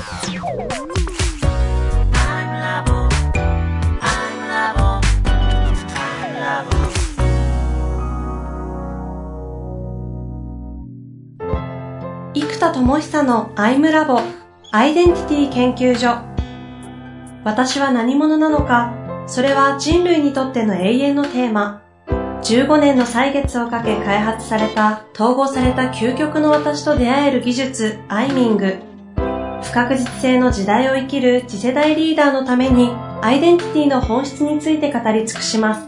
生田智久のアイムラボアイデンティティ研究所。私は何者なのか、それは人類にとっての永遠のテーマ。15年の歳月をかけ開発された統合された究極の私と出会える技術アイミング。不確実性の時代を生きる次世代リーダーのためにアイデンティティの本質について語り尽くします。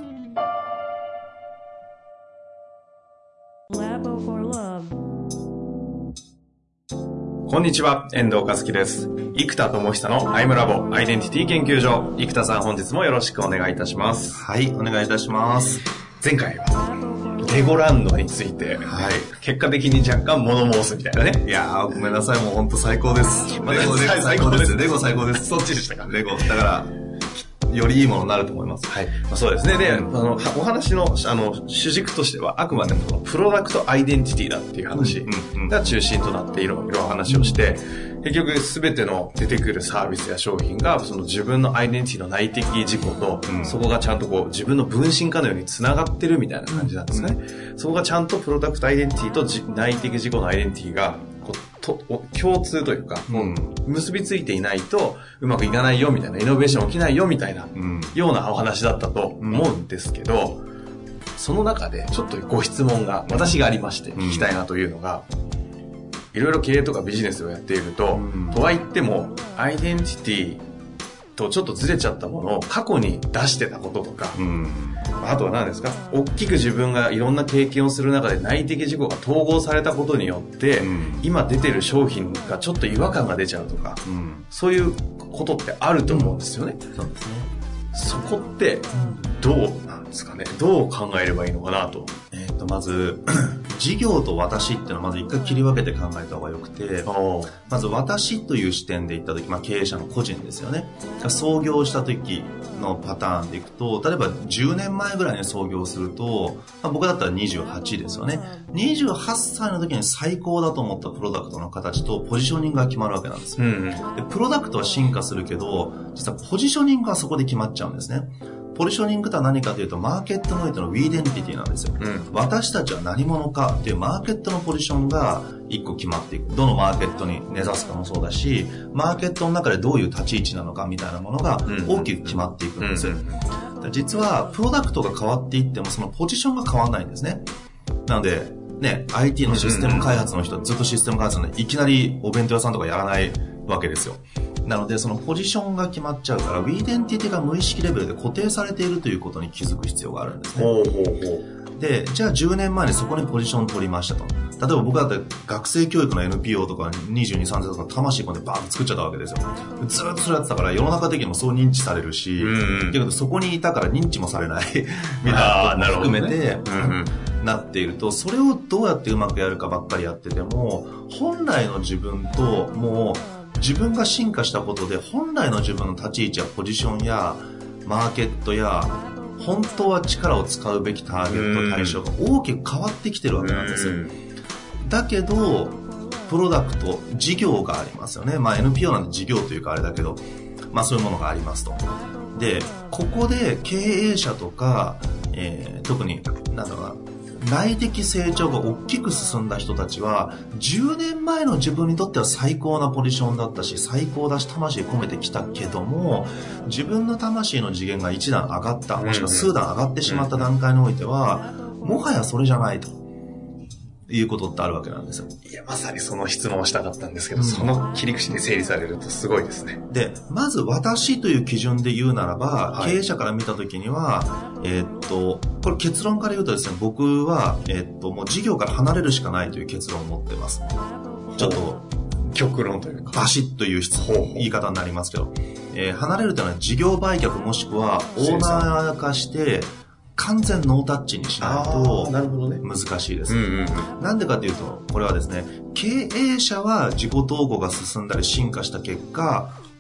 こんにちは、遠藤和樹です。生田智久のアイムラボアイデンティティ研究所。生田さん、本日もよろしくお願いいたします。 はい、お願いいたします。 前回はレゴランドについて、はい、結果的に若干物申すみたいなね。 いやー、ごめんなさい、もう本当最高です。レゴ最高です。レゴ最高です。 そっちでしたか。 レゴだからよりいいものになると思います。 はい。そうですね。で、お話の、主軸としては、あくまでもそのプロダクトアイデンティティだっていう話が中心となっていろいろ話をして、結局すべての出てくるサービスや商品が、その自分のアイデンティティの内的自己と、そこがちゃんとこう自分の分身化のように繋がってるみたいな感じなんですね。そこがちゃんとプロダクトアイデンティティと内的自己のアイデンティティが、共通というか、結びついていないとうまくいかないよみたいな、イノベーション起きないよみたいな、ようなお話だったと思うんですけど、その中でちょっとご質問が私がありまして聞きたいなというのが、いろいろ経営とかビジネスをやっていると、とは言ってもアイデンティティとちょっとずれちゃったものを過去に出してたこととか、あとは何ですか、大きく自分がいろんな経験をする中で内的自己が統合されたことによって、今出てる商品がちょっと違和感が出ちゃうとか、そういうことってあると思うんですよね。 そうですね。 そこってどうなんですかね。どう考えればいいのかなと。 まず事業と私っていうのはまず一回切り分けて考えた方がよくて、まず私という視点で言った時、経営者の個人ですよね。創業した時のパターンでいくと、例えば10年前ぐらいに創業すると、僕だったら28ですよね。28歳の時に最高だと思ったプロダクトの形とポジショニングが決まるわけなんですよ。でプロダクトは進化するけど、実はポジショニングはそこで決まっちゃうんですね。ポジショニングとは何かというと、マーケットにおいてのウィーデンティティなんですよ。私たちは何者かっていうマーケットのポジションが一個決まっていく。どのマーケットに根ざすかもそうだし、マーケットの中でどういう立ち位置なのかみたいなものが大きく決まっていくんですよ。実はプロダクトが変わっていってもそのポジションが変わらないんですね。なのでね、IT のシステム開発の人、ずっとシステム開発なのでいきなりお弁当屋さんとかやらないわけですよ。なのでそのポジションが決まっちゃうから、ウィーデンティティが無意識レベルで固定されているということに気づく必要があるんですね。で、じゃあ10年前にそこにポジションを取りましたと。例えば僕だって学生教育の NPO とか22、3歳とか魂込んでバーンと作っちゃったわけですよ。ずっとそれやってたから世の中的にもそう認知されるし、けどそこにいたから認知もされないみたいなことも含めて、なっていると、それをどうやってうまくやるかばっかりやってても、本来の自分ともう自分が進化したことで本来の自分の立ち位置やポジションやマーケットや本当は力を使うべきターゲット対象が大きく変わってきてるわけなんですよ。だけどプロダクト事業がありますよね。NPO なんで事業というかあれだけど、そういうものがありますと。でここで経営者とか、特になんだろうな、内的成長が大きく進んだ人たちは10年前の自分にとっては最高なポジションだったし最高だし魂込めてきたけども、自分の魂の次元が1段上がった、もしくは数段上がってしまった段階においてはもはやそれじゃないということってあるわけなんですよ。 いや、まさにその質問をしたかったんですけど、その切り口で整理されるとすごいですね。 で、まず私という基準で言うならば、経営者から見たときには、これ結論から言うとですね、僕は、もう事業から離れるしかないという結論を持ってます。ちょっと、 極論というか。 バシッという言い方になりますけど、離れるというのは事業売却もしくはオーナー化して、完全ノータッチにしないと難しいです。なんでかというと、これはですね、経営者は自己統合が進んだり進化した結果、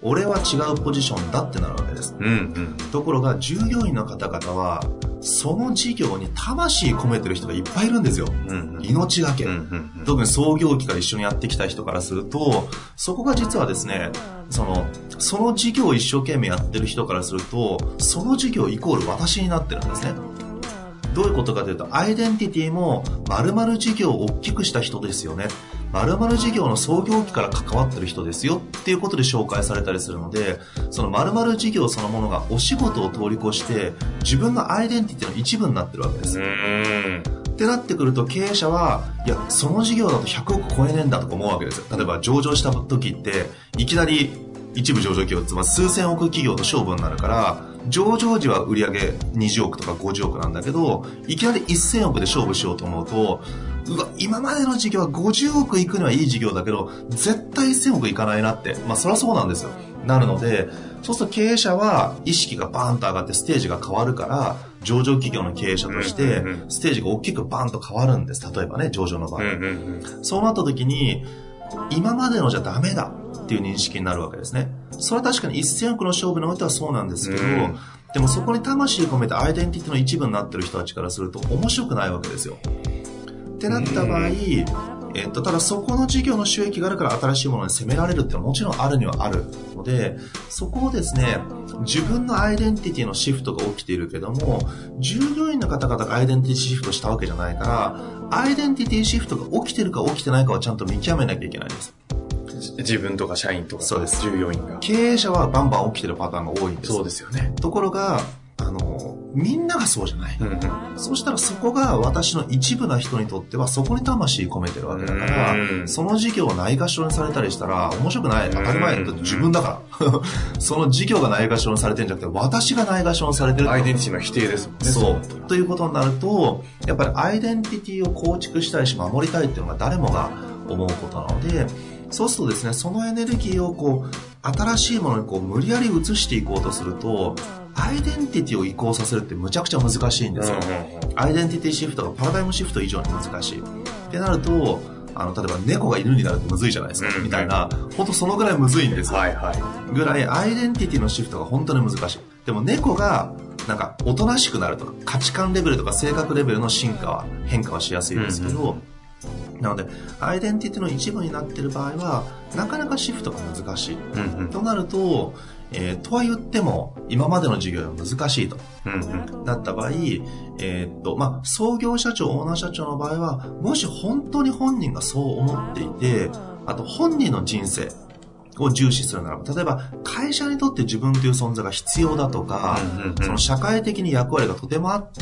俺は違うポジションだってなるわけです。ところが従業員の方々はその事業に魂込めてる人がいっぱいいるんですよ。命がけ。特に創業期から一緒にやってきた人からすると、そこが実はですね、その事業を一生懸命やってる人からすると、その事業イコール私になってるんですね。どういうことかというと、アイデンティティも〇〇事業を大きくした人ですよね。〇〇事業の創業期から関わってる人ですよっていうことで紹介されたりするので、その〇〇事業そのものがお仕事を通り越して自分のアイデンティティの一部になってるわけです。ってなってくると経営者は、いや、その事業だと100億超えねえんだとか思うわけですよ。例えば上場した時っていきなり一部上場企業、つまり数千億企業と勝負になるから、上場時は売上20億とか50億なんだけど、いきなり1000億で勝負しようと思うと、うわ、今までの事業は50億いくにはいい事業だけど、絶対1000億いかないなって。まあそりゃそうなんですよ。なるので、そうすると経営者は意識がバーンと上がってステージが変わるから、上場企業の経営者としてステージが大きくバーンと変わるんです。例えばね、上場の場合。そうなった時に、今までのじゃダメだっていう認識になるわけですね。それは確かに1000億の勝負においてはそうなんですけど、でもそこに魂込めてアイデンティティの一部になってる人たちからすると面白くないわけですよ。ってなった場合、ただそこの事業の収益があるから新しいものに攻められるっていうのはもちろんあるにはあるので、そこをですね、自分のアイデンティティのシフトが起きているけども、従業員の方々がアイデンティティシフトしたわけじゃないから、アイデンティティシフトが起きてるか起きてないかはちゃんと見極めなきゃいけないんです。 自分とか社員とか、 そうです、 従業員が。 経営者はバンバン起きてるパターンが多いんです。 そうですよね。 ところが、みんながそうじゃない。そうしたらそこが私の一部な人にとってはそこに魂込めてるわけだから、その事業をないがしろにされたりしたら面白くない。当たり前だって自分だからその事業がないがしろにされてるんじゃなくて、私がないがしろにされてる。 アイデンティティの否定ですもんね。 そうということになると、やっぱりアイデンティティを構築したいし守りたいっていうのが誰もが思うことなので、そうするとですね、そのエネルギーをこう新しいものにこう無理やり移していこうとすると、アイデンティティを移行させるってむちゃくちゃ難しいんですよ。アイデンティティシフトがパラダイムシフト以上に難しいってなると、例えば猫が犬になるとむずいじゃないですか、みたいな、本当そのぐらいむずいんですよ。ぐらいアイデンティティのシフトが本当に難しい。でも猫がなんかおとなしくなるとか価値観レベルとか性格レベルの変化はしやすいですけど、なのでアイデンティティの一部になっている場合はなかなかシフトが難しい、となると、とは言っても今までの事業は難しいと、なった場合、創業社長オーナー社長の場合は、もし本当に本人がそう思っていて、あと本人の人生を重視するならば、例えば会社にとって自分という存在が必要だとか、その社会的に役割がとてもあって、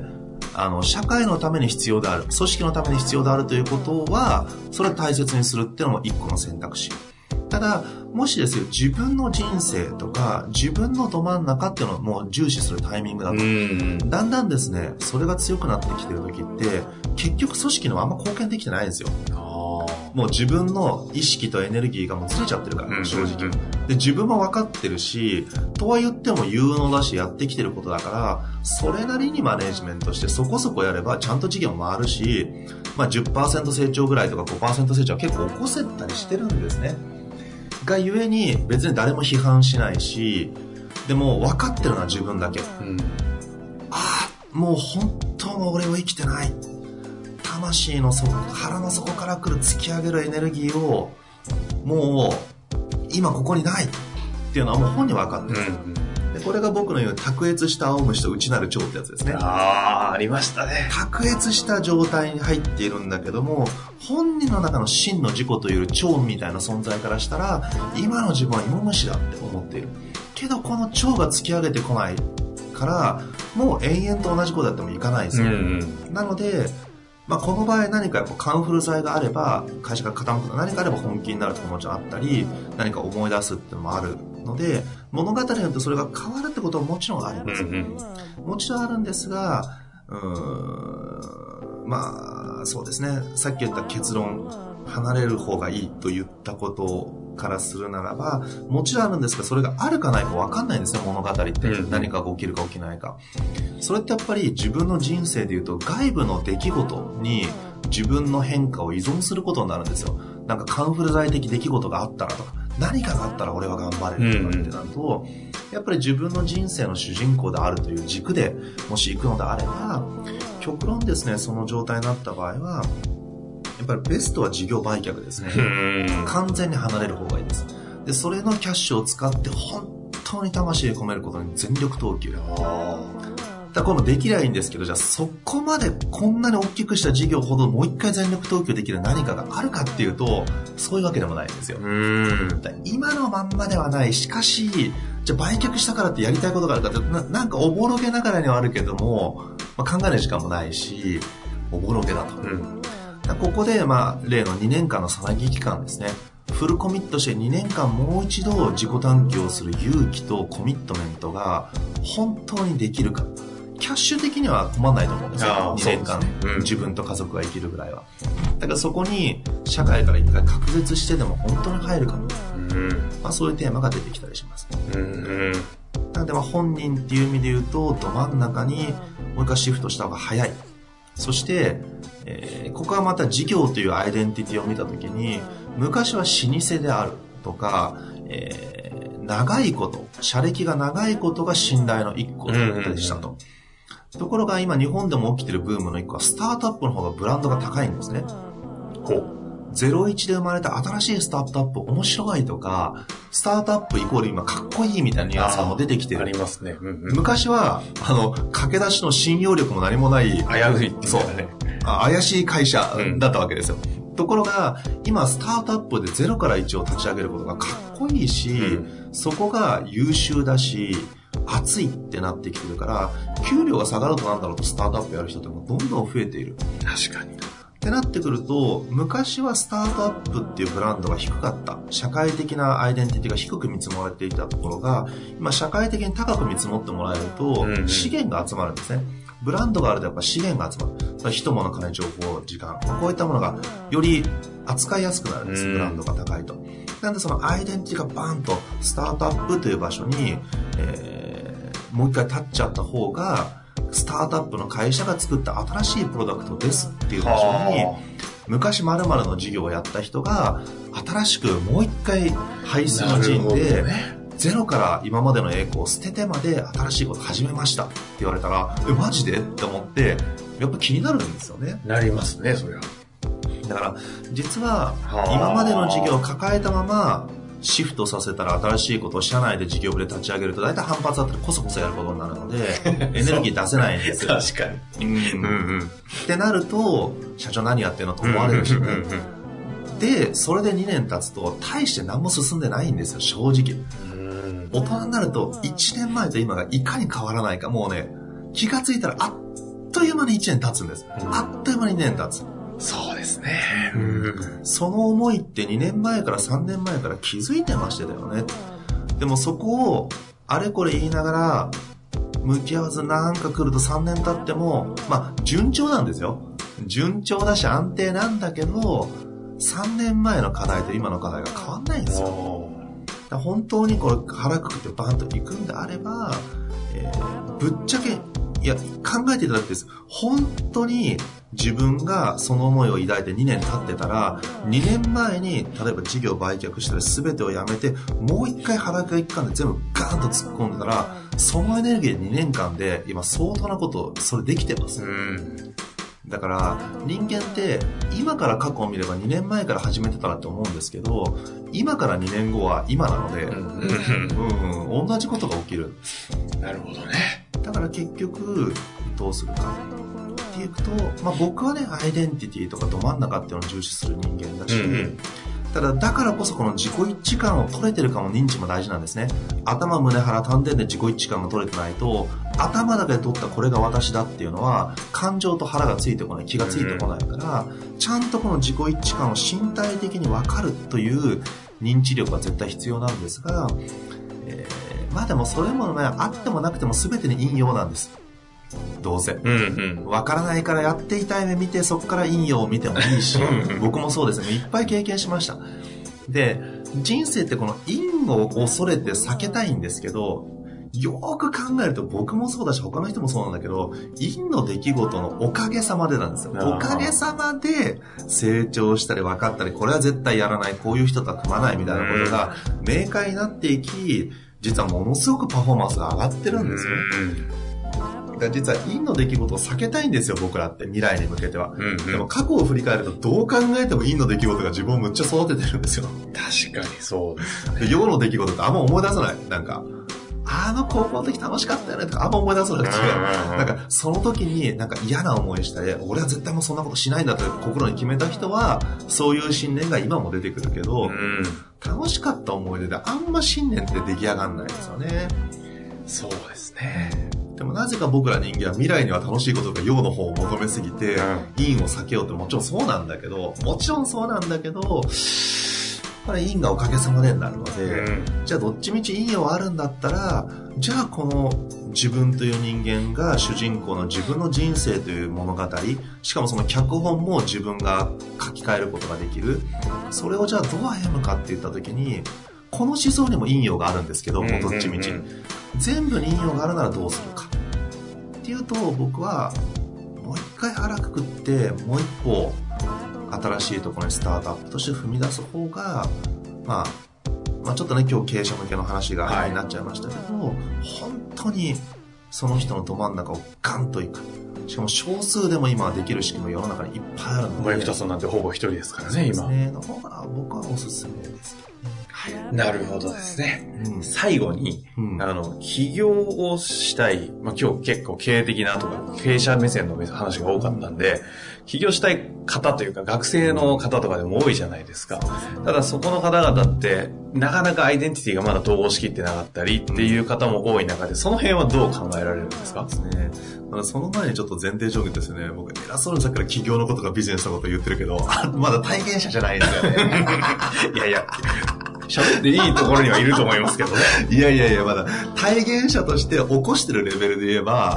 社会のために必要である、組織のために必要であるということは、それを大切にするっていうのも一個の選択肢。ただ、もしですよ、自分の人生とか、自分のど真ん中っていうのをもう重視するタイミングだと。だんだんですね、それが強くなってきてる時って、結局組織にもあんま貢献できてないんですよ。もう自分の意識とエネルギーがもうずれちゃってるから、正直。で、自分も分かってるし、とは言っても有能だしやってきてることだから、それなりにマネジメントしてそこそこやればちゃんと事業も回るし、10% 成長ぐらいとか 5% 成長は結構起こせたりしてるんですね。がゆえに別に誰も批判しないし、でも分かってるのは自分だけ。もう本当の俺は生きてない。魂の底、腹の底から来る突き上げるエネルギーをもう今ここにないっていうのはもう本人は分かってる、でこれが僕の言う卓越した青虫と内なる蝶ってやつですね。 ありましたね。 卓越した状態に入っているんだけども、本人の中の真の自己という蝶みたいな存在からしたら、今の自分は芋虫だって思っているけど、この蝶が突き上げてこないからもう延々と同じことやってもいかないですよ、なのでこの場合何かやっぱカンフル剤があれば、会社が傾くと何かあれば本気になるところもちろんあったり、何か思い出すっていうのもあるので、物語によってそれが変わるってことはもちろんあります、もちろんあるんですが、そうですね、さっき言った結論、離れる方がいいと言ったことからするならば、もちろんあるんですが、それがあるかないか分かんないんですね、物語って。何かが起きるか起きないか。それってやっぱり自分の人生でいうと、外部の出来事に自分の変化を依存することになるんですよ。なんかカンフル剤的出来事があったらとか、 何かがあったら俺は頑張れるとかってなると、やっぱり自分の人生の主人公であるという軸でもし行くのであれば、極論ですね、その状態になった場合はやっぱりベストは事業売却ですね。完全に離れる方がいいです。で、それのキャッシュを使って本当に魂を込めることに全力投球。だからこれもできりゃいいんですけど、じゃあそこまでこんなに大きくした事業ほどもう一回全力投球できる何かがあるかっていうと、そういうわけでもないんですよ。今のまんまではない。しかし、じゃあ売却したからってやりたいことがあるかって、なんかおぼろげながらにはあるけども、考える時間もないし、おぼろげだと。ここで、例の2年間のさなぎ期間ですね。フルコミットして2年間もう一度自己探求をする勇気とコミットメントが本当にできるか。キャッシュ的には困らないと思うんですよ。2年間、自分と家族が生きるぐらいは。だからそこに社会から一回隔絶してでも本当に入るかみたいな、そういうテーマが出てきたりします。なので本人っていう意味で言うと、ど真ん中にもう一回シフトした方が早い。そして、ここはまた事業というアイデンティティを見たときに、昔は老舗であるとか、長いこと、社歴が長いことが信頼の一個でしたと。ところが今日本でも起きてるブームの一個はスタートアップの方がブランドが高いんですね。01で生まれた新しいスタートアップ面白いとか、スタートアップイコール今かっこいいみたいなニュアンスがも出てきてる。 ありますね。 昔は駆け出しの信用力も何もない危ういっていうね。怪しい会社だったわけですよ。ところが今スタートアップで0から1を立ち上げることがかっこいいし、そこが優秀だし熱いってなってきてるから、給料が下がるとなんだろうとスタートアップやる人ってもどんどん増えている。 確かに。 ってなってくると、昔はスタートアップっていうブランドが低かった。社会的なアイデンティティが低く見積もられていたところが、今社会的に高く見積もってもらえると、資源が集まるんですね。ブランドがあるとやっぱ資源が集まる。人物、金、情報、時間。こういったものがより扱いやすくなるんです。ブランドが高いと。なんでそのアイデンティティがバーンとスタートアップという場所に、もう一回立っちゃった方が、スタートアップの会社が作った新しいプロダクトですっていう場所に、昔〇〇の事業をやった人が新しくもう一回排水の陣で、ゼロから今までの栄光を捨ててまで新しいこと始めましたって言われたら、マジでって思ってやっぱ気になるんですよね。 なりますね、それは。 だから実は今までの事業を抱えたままシフトさせたら新しいことを社内で事業部で立ち上げると大体反発あったらこそこそやることになるのでエネルギー出せないんですよ。 確かに。 ってなると社長何やってんのと思われるしね。でそれで2年経つと大して何も進んでないんですよ、正直。大人になると1年前と今がいかに変わらないか、もうね、気がついたらあっという間に1年経つんです。あっという間に2年経つ。 そうですね。 その思いって2年前から3年前から気づいてましたよね。でもそこをあれこれ言いながら向き合わずなんか来ると3年経っても、順調なんですよ。順調だし安定なんだけど、3年前の課題と今の課題が変わんないんですよ。本当にこれ腹くくってバンと行くんであれば、ぶっちゃけ考えていただきたいです。本当に自分がその思いを抱いて2年経ってたら、2年前に例えば事業売却したり全てをやめてもう一回腹くくで全部ガーンと突っ込んでたら、そのエネルギーで2年間で今相当なことそれできてます。だから人間って今から過去を見れば2年前から始めてたらって思うんですけど、今から2年後は今なので、同じことが起きる。 なるほどね。 だから結局どうするかっていくと、僕はね、アイデンティティとかど真ん中っていうのを重視する人間だし、ただからこそこの自己一致感を取れてるかも認知も大事なんですね。頭、胸、腹、丹田で自己一致感が取れてないと、頭だけで取ったこれが私だっていうのは感情と腹がついてこない、気がついてこないから、ちゃんとこの自己一致感を身体的に分かるという認知力は絶対必要なんですが、でもそれもね、あってもなくても全てに引用なんです。どうせ。分からないからやっていたい目見て、そこから引用を見てもいいし、僕もそうですね。いっぱい経験しました。で、人生ってこの因を恐れて避けたいんですけど、 よーく考えると僕もそうだし他の人もそうなんだけど、陰の出来事のおかげさまでなんですよ。おかげさまで成長したり分かったり、これは絶対やらない、こういう人とは組まないみたいなことが明快になっていき、実はものすごくパフォーマンスが上がってるんですよね。だから実は陰の出来事を避けたいんですよ、僕らって未来に向けては。でも過去を振り返るとどう考えても陰の出来事が自分をむっちゃ育ててるんですよ。 確かにそうですね。 陽の出来事ってあんま思い出さない。なんか高校の時楽しかったよねとかあんま思い出さなくて、なんかその時になんか嫌な思いしたり、俺は絶対もうそんなことしないんだと心に決めた人はそういう信念が今も出てくるけど、楽しかった思い出であんま信念って出来上がんないですよね。 そうですね。 でもなぜか僕ら人間は未来には楽しいことが陽の方を求めすぎて、陰を避けようってもちろんそうなんだけど、これ陰がおかげさまでになるので、じゃあどっちみち陰陽あるんだったら、じゃあこの自分という人間が主人公の自分の人生という物語、しかもその脚本も自分が書き換えることができる。それをじゃあどう歩むかって言った時に、この思想にも陰陽があるんですけど、もうどっちみち。全部に陰陽があるならどうするか。っていうと僕はもう一回腹くくってもう一歩新しいところにスタートアップとして踏み出す方が、まあちょっとね今日経営者向けの話がになっちゃいましたけど、本当にその人のど真ん中をガンといく。しかも少数でも今できる仕組みが世の中にいっぱいあるので、 森北さんなんてほぼ一人ですからね、今。 の方が僕はおすすめですけどね。 なるほどですね。最後に、起業をしたい、今日結構経営的なとか経営者目線の話が多かったんで、起業したい方というか学生の方とかでも多いじゃないですか。ただそこの方々ってなかなかアイデンティティがまだ統合しきってなかったりっていう方も多い中で、その辺はどう考えられるんですか？ ですね。その前にちょっと前提条件ですね。僕偉そうにさっきから起業のことかビジネスのこと言ってるけど、まだ体験者じゃないんですよね。 いやいや。喋っていいところにはいると思いますけどね。 いや、まだ体現者として起こしてるレベルで言えば、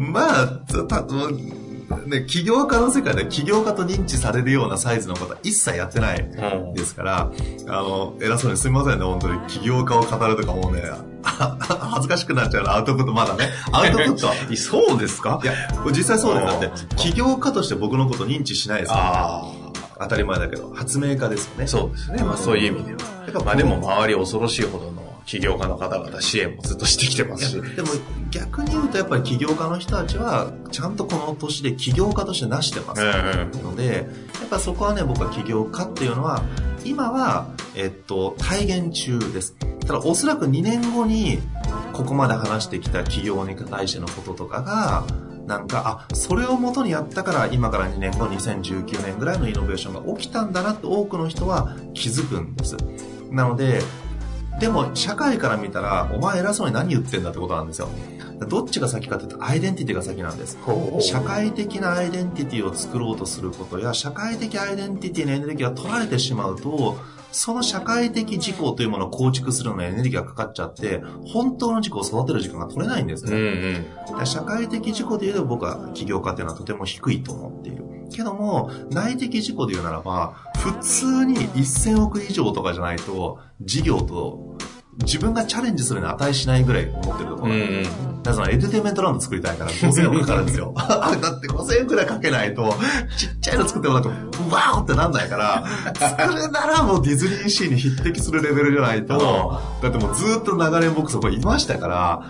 ね、起業家の世界で起業家と認知されるようなサイズのことは一切やってないですから、偉そうにすみませんね、本当に起業家を語るとかもうね、恥ずかしくなっちゃうの、アウトプットまだね。アウトプットは。 そうですか？ いや、実際そうです。だって、起業家として僕のこと認知しないですから。当たり前だけど、発明家ですよね。 そうですね。そういう意味では。でも周り恐ろしいほどの起業家の方々支援もずっとしてきてますし。 でも逆に言うとやっぱり起業家の人たちはちゃんとこの年で起業家として成してますので、やっぱそこはね、僕は起業家っていうのは今は体現中です。ただおそらく2年後にここまで話してきた起業に対してのこととかがなんかそれを元にやったから今から2年後2019年ぐらいのイノベーションが起きたんだなって多くの人は気づくんです。なのででも社会から見たらお前偉そうに何言ってんだってことなんですよ。どっちが先かというとアイデンティティが先なんです。社会的なアイデンティティを作ろうとすることや社会的アイデンティティのエネルギーが取られてしまうと、その社会的自己というものを構築するのにエネルギーがかかっちゃって本当の自己を育てる時間が取れないんですね。社会的自己で言うと僕は起業家っていうのはとても低いと思っているけども、内的自己で言うならば普通に1000億以上とかじゃないと事業と自分がチャレンジするに値しないぐらい思ってるところなんです。だからエンターテインメントランド作りたいから5000億かかるんですよ。だって5000億くらいかけないとちっちゃいの作ってもなんかワーってなんないから、作るならもうディズニーシーに匹敵するレベルじゃないと、だってもうずっと長年僕そこいましたから、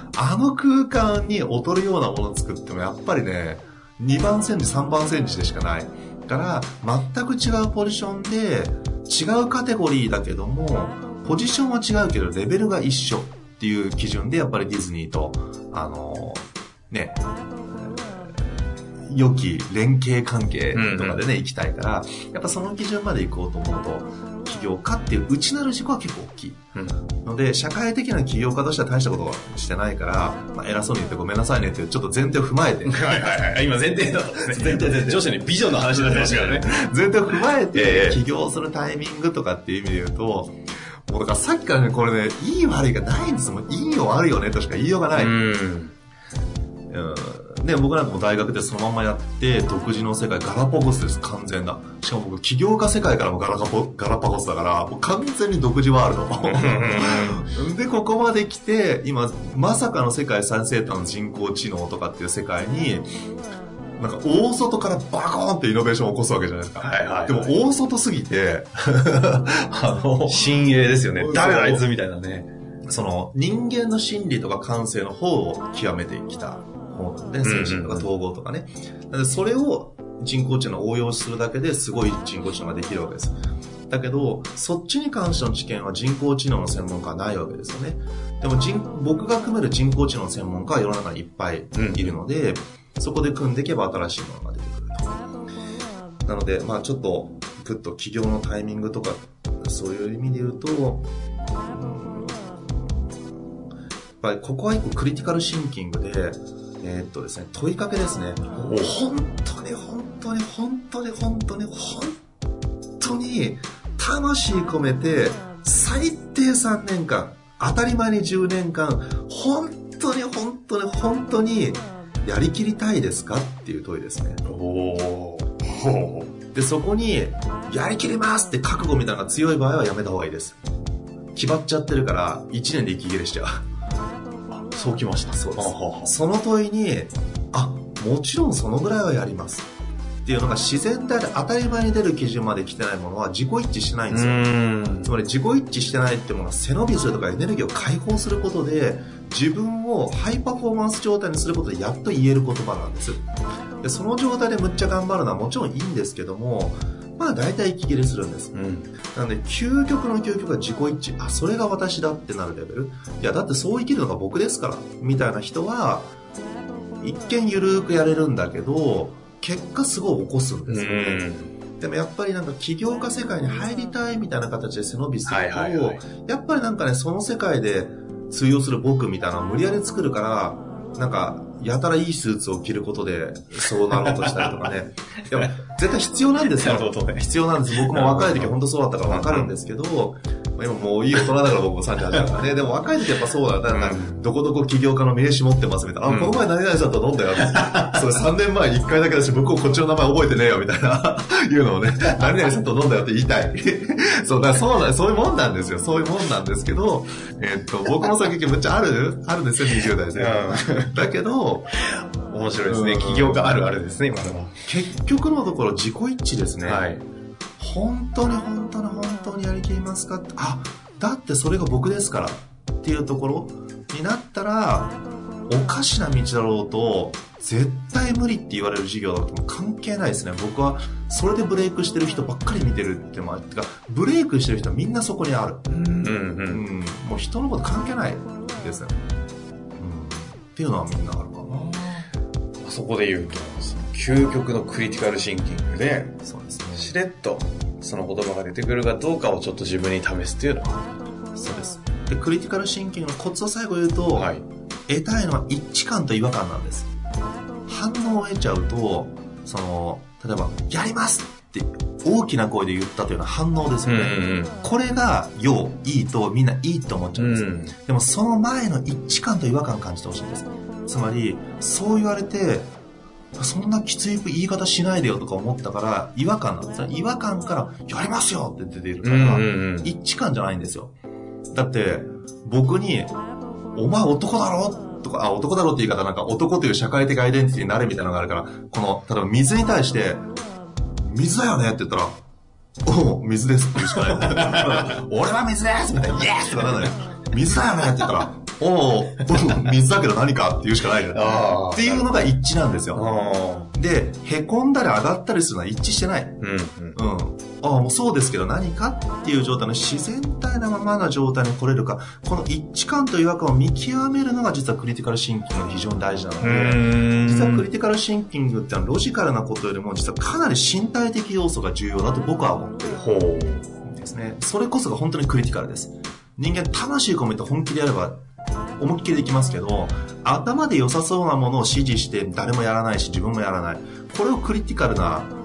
あの空間に劣るようなものを作ってもやっぱりね、2番煎じ3番煎じでしかないから全く違うポジションで違うカテゴリーだけどもポジションは違うけどレベルが一緒っていう基準でやっぱりディズニーと良き連携関係とかでね、行きたいからやっぱその基準まで行こうと思うと起業家っていう内なる軸は結構大きい、ので社会的な起業家としては大したことはしてないから、偉そうに言ってごめんなさいねっていうちょっと前提を踏まえて今前提だったんですね。前提上司にビジョンの話になってましたからね。 前提を踏まえて起業するタイミングとかっていう意味で言うと、もうだからさっきからねこれねいい悪いがないんですよ。もういいよあるよねとしか言いようがない。 で、僕なんかも大学でそのままやって、独自の世界、ガラパゴスです、完全な。しかも僕、起業家世界からもガラパゴスだから、もう完全に独自ワールド。で、ここまで来て、今、まさかの世界最先端の人工知能とかっていう世界に、なんか大外からバコーンってイノベーションを起こすわけじゃないですか。はいはいはい、でも大外すぎて、 新鋭ですよね。誰だあいつみたいなね。 その人間の心理とか感性の方を極めてきた方なんで、精神とか統合とかね。なのでそれを人工知能を応用するだけですごい人工知能ができるわけです。だけど、そっちに関しての知見は人工知能の専門家はないわけですよね。でも僕が組める人工知能の専門家は世の中にいっぱいいるので、そこで組んでいけば新しいものが出てくると。なので、まあちょっと、グッと起業のタイミングとか、そういう意味で言うと、やっぱりここは一個クリティカルシンキングで、ですね、問いかけですね。本当に魂込めて、最低3年間、当たり前に10年間、本当にやりきりたいですかっていう問いですね。で、そこに、やりきりますって覚悟みたいなのが強い場合はやめた方がいいです。決まっちゃってるから、1年で息切れしちゃう。 そうきました。 そうです。その問いに、もちろんそのぐらいはやります。っていうのが自然体で当たり前に出る基準まで来てないものは自己一致しないんですよ。つまり自己一致してないってものは背伸びするとかエネルギーを解放することで自分をハイパフォーマンス状態にすることでやっと言える言葉なんです。でその状態でむっちゃ頑張るのはもちろんいいんですけども、まあ大体息切れするんです。なので究極の究極は自己一致。それが私だってなるレベル。いやだってそう生きるのが僕ですからみたいな人は一見ゆるーくやれるんだけど結果すごい起こすんですよね。でもやっぱりなんか起業家世界に入りたいみたいな形で背伸びすると、やっぱりなんかね、その世界で通用する僕みたいなのを無理やり作るから、なんか、やたらいいスーツを着ることでそうなろうとしたりとかね。でも絶対必要なんですよ。必要なんです。僕も若い時本当そうだったから分かるんですけど、今もういい大人だから僕も38だからね。でも若い時やっぱそうだ。だからどこどこ起業家の名刺持ってますみたいな。この前何々さんと飲んだよ。それ3年前に1回だけだし、向こうこっちの名前覚えてねえよみたいな。いうのをね、何々さんと飲んだよって言いたい。そうだ、そういうもんなんですよ。そういうもんなんですけど、僕も先むっちゃあるんですよ、20代で。だけど、 面白いですね。起業家あるあるですね、今でも。 結局のところ自己一致ですね。本当にやりきりますかって、だってそれが僕ですからっていうところになったら、おかしな道だろうと絶対無理って言われる事業だとも関係ないですね。僕はそれでブレイクしてる人ばっかり見てるってもあって、ブレイクしてる人はみんなそこにある。もう人のこと関係ないですね。っていうのはみんなあるかな。 そこで言うと、究極のクリティカルシンキングで、 そうですね。 しれっとその言葉が出てくるかどうかをちょっと自分に試すっていうのは。 そうです。で、クリティカルシンキングのコツを最後言うと、得たいのは一致感と違和感なんです。反応を得ちゃうと、例えば、やりますって大きな声で言ったというような反応ですよね。これがいいとみんないいって思っちゃうんです。でもその前の一致感と違和感を感じてほしいんです。つまり、そう言われて、そんなきつい言い方しないでよとか思ったから違和感なんですね。違和感からやりますよって出ているから、一致感じゃないんですよ。だって僕にお前男だろとか、男だろって言い方なんか男という社会的アイデンティティになるみたいなのがあるから、この例えば水に対して水だよねって言ったら、おう水ですって言うしかない俺は水ですみたいなイエスとかなんだよ。水だよねって言ったら、お水だけど何かって言うしかないじゃん。っていうのが一致なんですよ。で、凹んだり上がったりするのは一致してない。もうそうですけど何かっていう状態の自然体なままな状態に来れるか、この一致感と違和感を見極めるのが実はクリティカルシンキングが非常に大事なので、実はクリティカルシンキングってのはロジカルなことよりも実はかなり身体的要素が重要だと僕は思ってるんですね。それこそが本当にクリティカルです。人間魂込めて本気でやれば思いっきりできますけど、頭で良さそうなものを指示して誰もやらないし自分もやらない。これをクリティカルな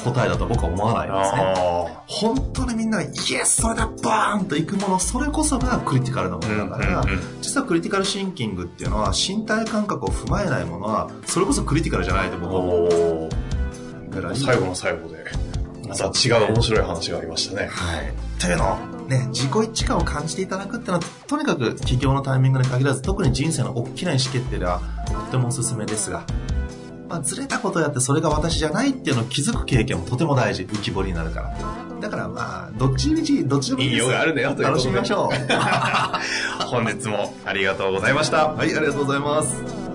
答えだと僕は思わないんですね。本当にみんながイエスそれだバーンといくもの、それこそがクリティカルなものだから、実はクリティカルシンキングっていうのは身体感覚を踏まえないものはそれこそクリティカルじゃないと僕は思うんです。 最後の最後でまた違う面白い話がありましたね。 はい。というのをね、自己一致感を感じていただくっていうのはとにかく起業のタイミングに限らず特に人生の大きな意思決定ではとてもおすすめですが、ずれたことをやってそれが私じゃないっていうのを気づく経験もとても大事、浮き彫りになるから。だからどっちみちどっちでもいいです。 いいよがあるねよということで楽しみましょう。 本日もありがとうございました。 はい、ありがとうございます。